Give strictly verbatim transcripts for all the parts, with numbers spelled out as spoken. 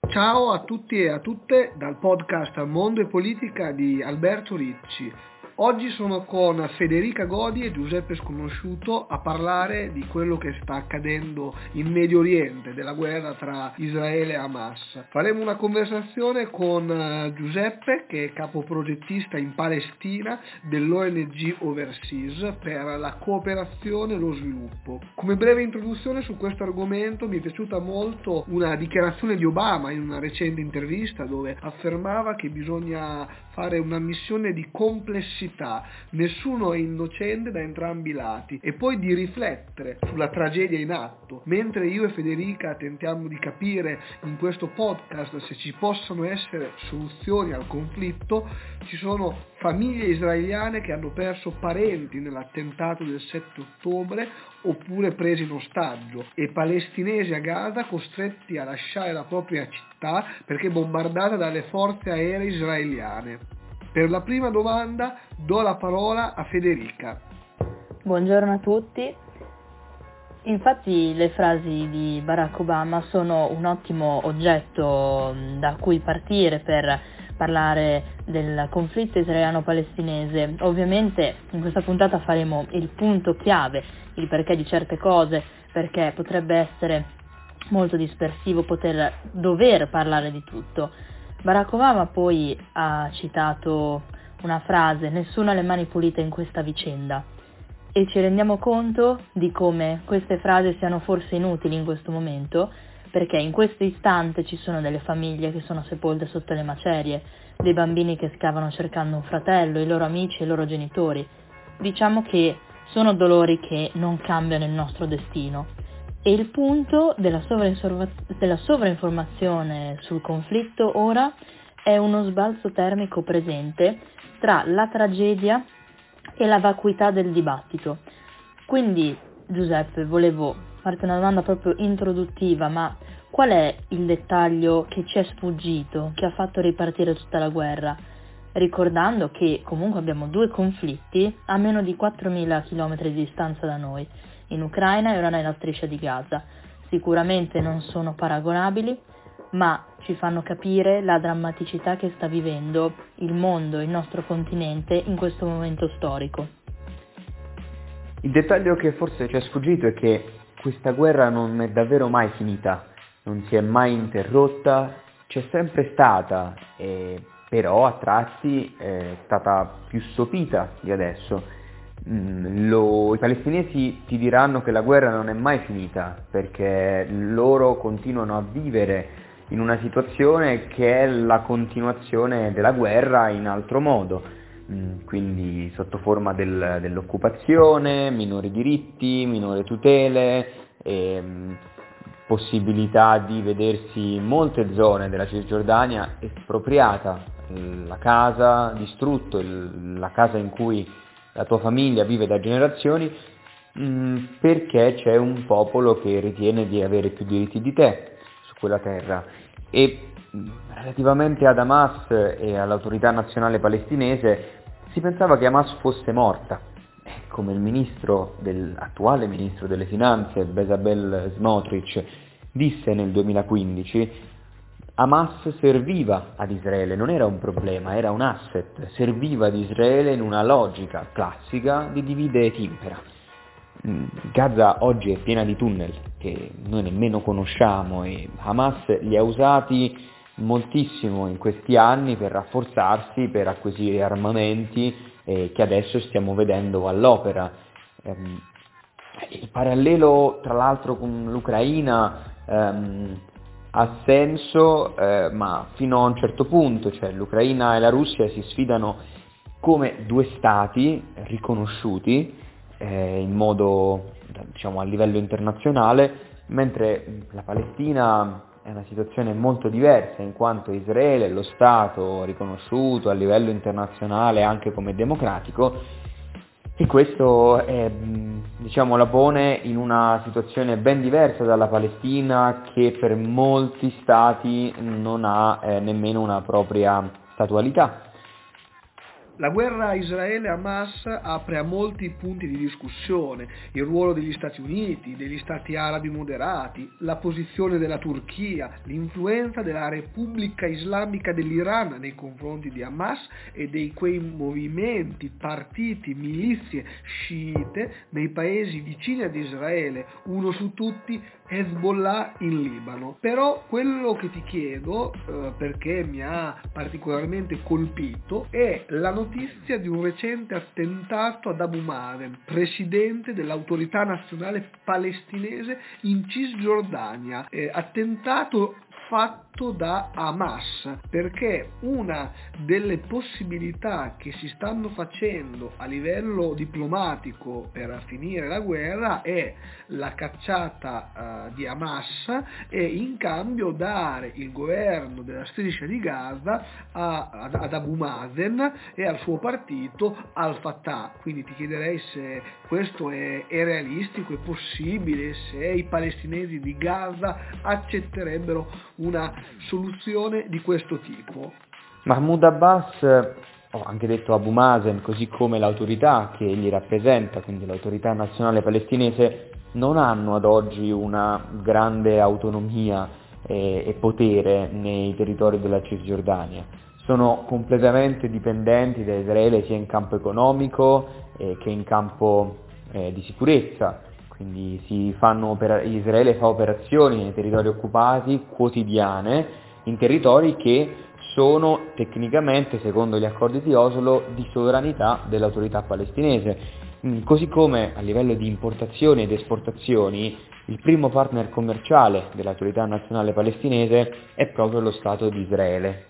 Ciao a tutti e a tutte dal podcast Mondo e Politica di Alberto Ricci. Oggi sono con Federica Godi e Giuseppe Sconosciuto a parlare di quello che sta accadendo in Medio Oriente, della guerra tra Israele e Hamas. Faremo una conversazione con Giuseppe, che è capoprogettista in Palestina dell'O N G Overseas per la cooperazione e lo sviluppo. Come breve introduzione su questo argomento, mi è piaciuta molto una dichiarazione di Obama in una recente intervista dove affermava che bisogna fare una missione di complessità, nessuno è innocente da entrambi i lati, e poi di riflettere sulla tragedia in atto. Mentre io e Federica tentiamo di capire in questo podcast se ci possono essere soluzioni al conflitto, ci sono famiglie israeliane che hanno perso parenti nell'attentato del sette ottobre oppure presi in ostaggio, e palestinesi a Gaza costretti a lasciare la propria città perché bombardata dalle forze aeree israeliane. Per la prima domanda do la parola a Federica. Buongiorno a tutti. Infatti le frasi di Barack Obama sono un ottimo oggetto da cui partire per parlare del conflitto israeliano-palestinese. Ovviamente in questa puntata faremo il punto chiave, il perché di certe cose, perché potrebbe essere molto dispersivo poter dover parlare di tutto. Barack Obama poi ha citato una frase: nessuno ha le mani pulite in questa vicenda, e ci rendiamo conto di come queste frasi siano forse inutili in questo momento, perché in questo istante ci sono delle famiglie che sono sepolte sotto le macerie, dei bambini che scavano cercando un fratello, i loro amici e i loro genitori. Diciamo che sono dolori che non cambiano il nostro destino. E il punto della, della sovrainformazione sul conflitto ora è uno sbalzo termico presente tra la tragedia e la vacuità del dibattito. Quindi, Giuseppe, volevo farti una domanda proprio introduttiva, ma qual è il dettaglio che ci è sfuggito, che ha fatto ripartire tutta la guerra? Ricordando che comunque abbiamo due conflitti a meno di quattromila chilometri di distanza da noi, in Ucraina e ora nella striscia di Gaza. Sicuramente non sono paragonabili, ma ci fanno capire la drammaticità che sta vivendo il mondo, il nostro continente in questo momento storico. Il dettaglio che forse ci è sfuggito è che questa guerra non è davvero mai finita, non si è mai interrotta, c'è sempre stata, e però a tratti è stata più sopita di adesso. Lo, I palestinesi ti diranno che la guerra non è mai finita, perché loro continuano a vivere in una situazione che è la continuazione della guerra in altro modo, quindi sotto forma del, dell'occupazione, minori diritti, minori tutele, e, possibilità di vedersi in molte zone della Cisgiordania espropriata, la casa distrutto, il, la casa in cui la tua famiglia vive da generazioni, mh, perché c'è un popolo che ritiene di avere più diritti di te su quella terra. E mh, relativamente ad Hamas e all'autorità nazionale palestinese, si pensava che Hamas fosse morta, come il ministro del, attuale ministro delle finanze, Bezalel Smotrich, disse nel duemilaquindici. Hamas serviva ad Israele, non era un problema, era un asset, serviva ad Israele in una logica classica di divide et impera. Gaza oggi è piena di tunnel che noi nemmeno conosciamo, e Hamas li ha usati moltissimo in questi anni per rafforzarsi, per acquisire armamenti eh, che adesso stiamo vedendo all'opera. Ehm, il parallelo tra l'altro con l'Ucraina ehm, ha senso, eh, ma fino a un certo punto, cioè l'Ucraina e la Russia si sfidano come due stati riconosciuti eh, in modo, diciamo, a livello internazionale, mentre la Palestina è una situazione molto diversa, in quanto Israele è lo stato riconosciuto a livello internazionale anche come democratico, e questo è, diciamo, la pone in una situazione ben diversa dalla Palestina, che per molti stati non ha eh, nemmeno una propria statualità. La guerra Israele-Hamas apre a molti punti di discussione: il ruolo degli Stati Uniti, degli Stati arabi moderati, la posizione della Turchia, l'influenza della Repubblica Islamica dell'Iran nei confronti di Hamas e di quei movimenti, partiti, milizie sciite nei paesi vicini ad Israele, uno su tutti Hezbollah in Libano. Però quello che ti chiedo, eh, perché mi ha particolarmente colpito, è la notizia di un recente attentato ad Abu Mazen, presidente dell'autorità nazionale palestinese in Cisgiordania, eh, attentato fatto da Hamas, perché una delle possibilità che si stanno facendo a livello diplomatico per finire la guerra è la cacciata uh, di Hamas e in cambio dare il governo della striscia di Gaza a, ad, ad Abu Mazen e al suo partito Al-Fatah. Quindi ti chiederei se questo è, è realistico, è possibile, se i palestinesi di Gaza accetterebbero una soluzione di questo tipo. Mahmoud Abbas, ho anche detto Abu Mazen, così come l'autorità che egli rappresenta, quindi l'autorità nazionale palestinese, non hanno ad oggi una grande autonomia eh, e potere nei territori della Cisgiordania. Sono completamente dipendenti da Israele sia in campo economico eh, che in campo eh, di sicurezza. Quindi si fanno opera- Israele fa operazioni nei territori occupati quotidiane, in territori che sono tecnicamente, secondo gli accordi di Oslo, di sovranità dell'autorità palestinese. Così come a livello di importazioni ed esportazioni, il primo partner commerciale dell'autorità nazionale palestinese è proprio lo Stato di Israele.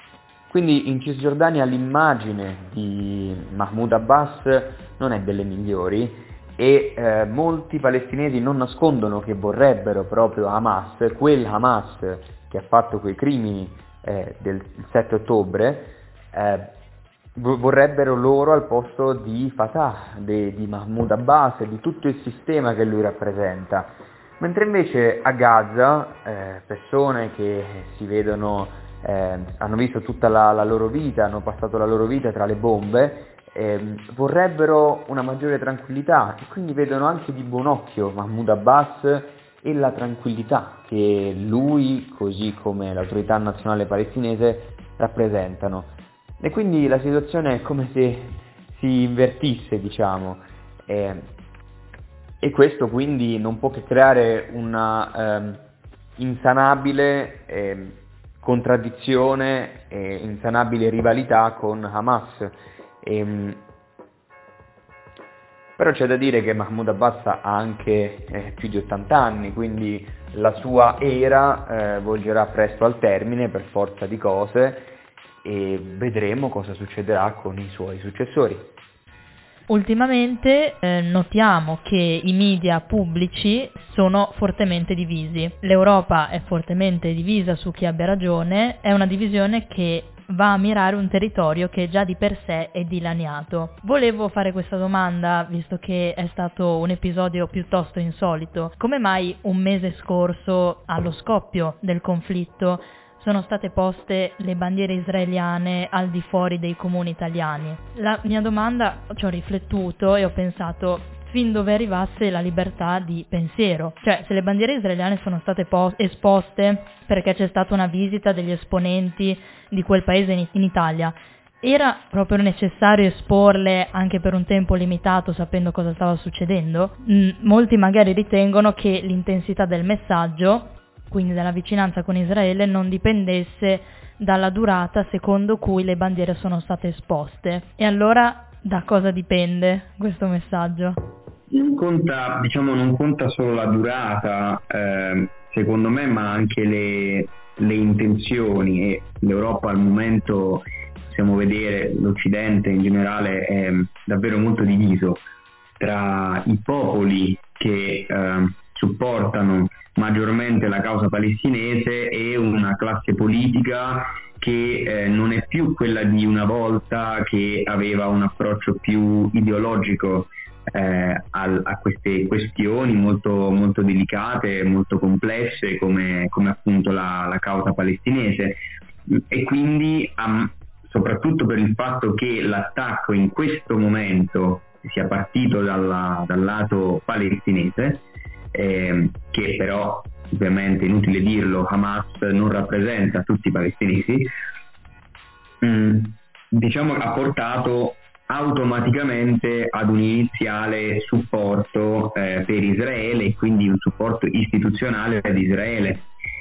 Quindi in Cisgiordania l'immagine di Mahmoud Abbas non è delle migliori, e eh, molti palestinesi non nascondono che vorrebbero proprio Hamas, quel Hamas che ha fatto quei crimini eh, del sette ottobre, eh, vorrebbero loro al posto di Fatah, de, di Mahmoud Abbas e di tutto il sistema che lui rappresenta. Mentre invece a Gaza eh, persone che si vedono, eh, hanno visto tutta la, la loro vita, hanno passato la loro vita tra le bombe, Eh, vorrebbero una maggiore tranquillità e quindi vedono anche di buon occhio Mahmoud Abbas e la tranquillità che lui, così come l'autorità nazionale palestinese, rappresentano. E quindi la situazione è come se si invertisse, diciamo, eh, e questo quindi non può che creare una eh, insanabile eh, contraddizione e insanabile rivalità con Hamas. Ehm, però c'è da dire che Mahmoud Abbas ha anche eh, più di ottanta anni, quindi la sua era eh, volgerà presto al termine per forza di cose e vedremo cosa succederà con i suoi successori. Ultimamente eh, notiamo che i media pubblici sono fortemente divisi. L'Europa è fortemente divisa su chi abbia ragione, è una divisione che va a mirare un territorio che già di per sé è dilaniato. Volevo fare questa domanda, visto che è stato un episodio piuttosto insolito. Come mai un mese scorso, allo scoppio del conflitto, sono state poste le bandiere israeliane al di fuori dei comuni italiani? La mia domanda, ci ho riflettuto e ho pensato fin dove arrivasse la libertà di pensiero. Cioè, se le bandiere israeliane sono state po- esposte perché c'è stata una visita degli esponenti di quel paese in, in Italia, era proprio necessario esporle anche per un tempo limitato sapendo cosa stava succedendo? Mm, molti magari ritengono che l'intensità del messaggio, quindi della vicinanza con Israele, non dipendesse dalla durata secondo cui le bandiere sono state esposte. E allora da cosa dipende questo messaggio? Non conta, diciamo, non conta solo la durata, eh, secondo me, ma anche le, le intenzioni, e l'Europa al momento, possiamo vedere, l'Occidente in generale è davvero molto diviso tra i popoli che eh, supportano maggiormente la causa palestinese e una classe politica che eh, non è più quella di una volta, che aveva un approccio più ideologico eh, al, a queste questioni molto, molto delicate, molto complesse, come, come appunto la, la causa palestinese, e quindi um, soprattutto per il fatto che l'attacco in questo momento sia partito dalla, dal lato palestinese, eh, che però ovviamente, inutile dirlo, Hamas non rappresenta tutti i palestinesi, mh, diciamo ha portato automaticamente ad un iniziale supporto eh, per Israele e quindi un supporto istituzionale ad Israele,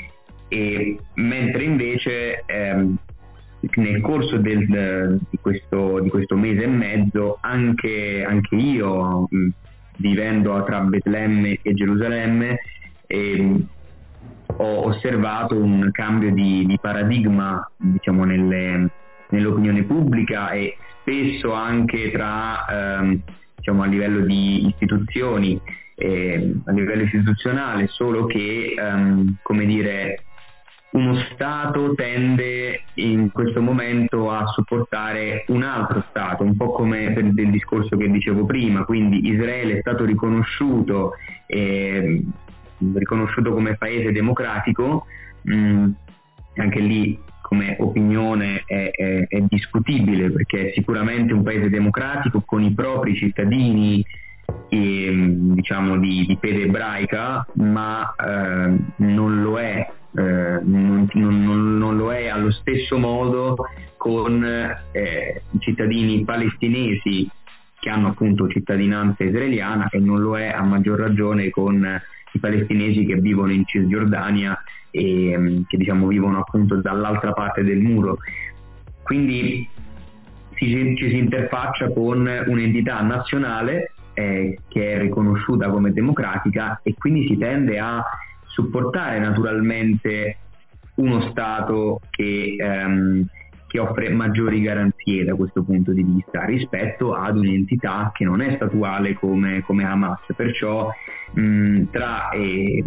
e mentre invece ehm, nel corso del, di, questo, di questo mese e mezzo anche, anche io mh, vivendo tra Betlemme e Gerusalemme ehm, ho osservato un cambio di, di paradigma, diciamo, nelle, nell'opinione pubblica e spesso anche tra ehm, diciamo a livello di istituzioni, eh, a livello istituzionale, solo che ehm, come dire, uno Stato tende in questo momento a supportare un altro Stato, un po' come per il discorso che dicevo prima, quindi Israele è stato riconosciuto eh, riconosciuto come paese democratico, mh, anche lì come opinione è, è, è discutibile, perché è sicuramente un paese democratico con i propri cittadini e, diciamo di, di fede ebraica, ma eh, non lo è eh, non, non, non lo è allo stesso modo con eh, i cittadini palestinesi che hanno appunto cittadinanza israeliana, e non lo è a maggior ragione con i palestinesi che vivono in Cisgiordania e che diciamo vivono appunto dall'altra parte del muro. Quindi ci, ci si interfaccia con un'entità nazionale eh, che è riconosciuta come democratica, e quindi si tende a supportare naturalmente uno Stato che, ehm, che offre maggiori garanzie da questo punto di vista rispetto ad un'entità che non è statuale come, come Hamas. Perciò mh, tra eh,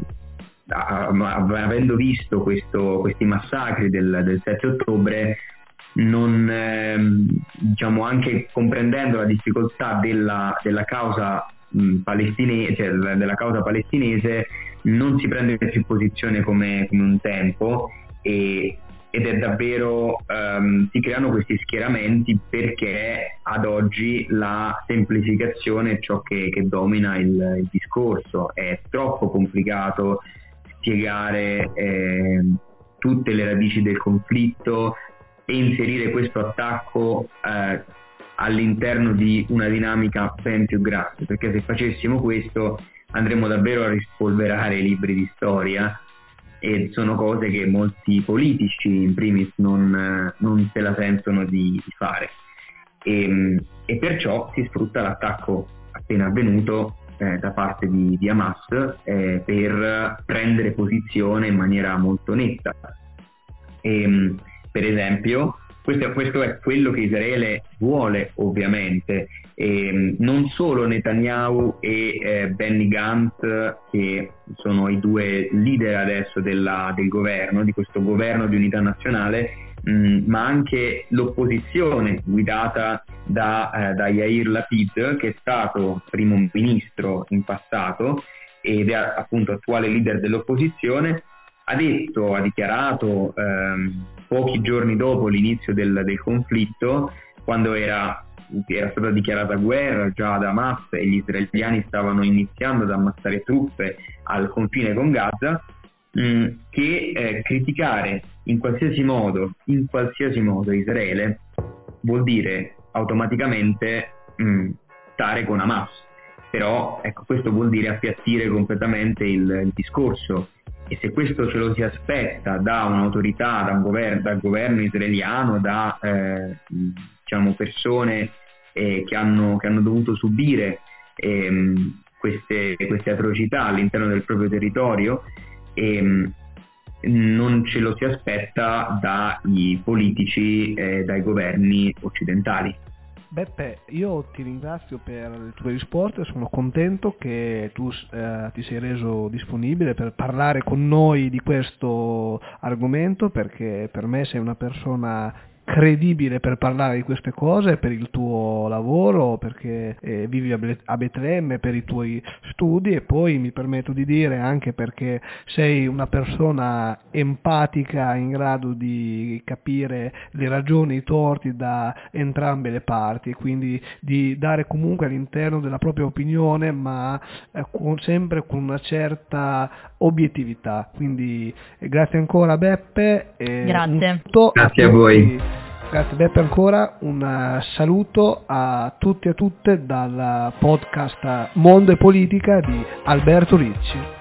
avendo visto questo, questi massacri del, del sette ottobre, non, ehm, diciamo anche comprendendo la difficoltà della, della causa mh, palestinese, cioè della causa palestinese, non si prende più posizione come, come un tempo, e, ed è davvero ehm, si creano questi schieramenti perché ad oggi la semplificazione è ciò che, che domina il, il discorso. È troppo complicato spiegare eh, tutte le radici del conflitto e inserire questo attacco eh, all'interno di una dinamica ben più grande, perché se facessimo questo andremo davvero a rispolverare i libri di storia, e sono cose che molti politici in primis non, non se la sentono di, di fare, e, e perciò si sfrutta l'attacco appena avvenuto eh, da parte di, di Hamas eh, per prendere posizione in maniera molto netta. E, per esempio questo, questo è quello che Israele vuole, ovviamente, e non solo Netanyahu e eh, Benny Gantz, che sono i due leader adesso della, del governo, di questo governo di unità nazionale, mh, ma anche l'opposizione guidata da, eh, da Yair Lapid, che è stato primo ministro in passato ed è appunto attuale leader dell'opposizione. Ha detto, ha dichiarato ehm, pochi giorni dopo l'inizio del, del conflitto, quando era, era stata dichiarata guerra già da Hamas e gli israeliani stavano iniziando ad ammassare truppe al confine con Gaza, mh, che eh, criticare in qualsiasi modo, in qualsiasi modo Israele vuol dire automaticamente mh, stare con Hamas. Però ecco, questo vuol dire appiattire completamente il, il discorso. E se questo ce lo si aspetta da un'autorità, da un governo, dal governo israeliano, da eh, diciamo persone eh, che, hanno, che hanno dovuto subire eh, queste, queste atrocità all'interno del proprio territorio, eh, non ce lo si aspetta dai politici, eh, dai governi occidentali. Beppe, io ti ringrazio per le tue risposte, sono contento che tu eh, ti sei reso disponibile per parlare con noi di questo argomento, perché per me sei una persona credibile per parlare di queste cose, per il tuo lavoro, perché eh, vivi a, Ble- a Betlemme, per i tuoi studi, e poi mi permetto di dire anche perché sei una persona empatica, in grado di capire le ragioni, i torti da entrambe le parti, e quindi di dare comunque all'interno della propria opinione, ma eh, con, sempre con una certa obiettività. Quindi eh, grazie ancora Beppe. E Grazie. Grazie a, a voi. Grazie Beppe ancora, un saluto a tutti e a tutte dal podcast Mondo e Politica di Alberto Ricci.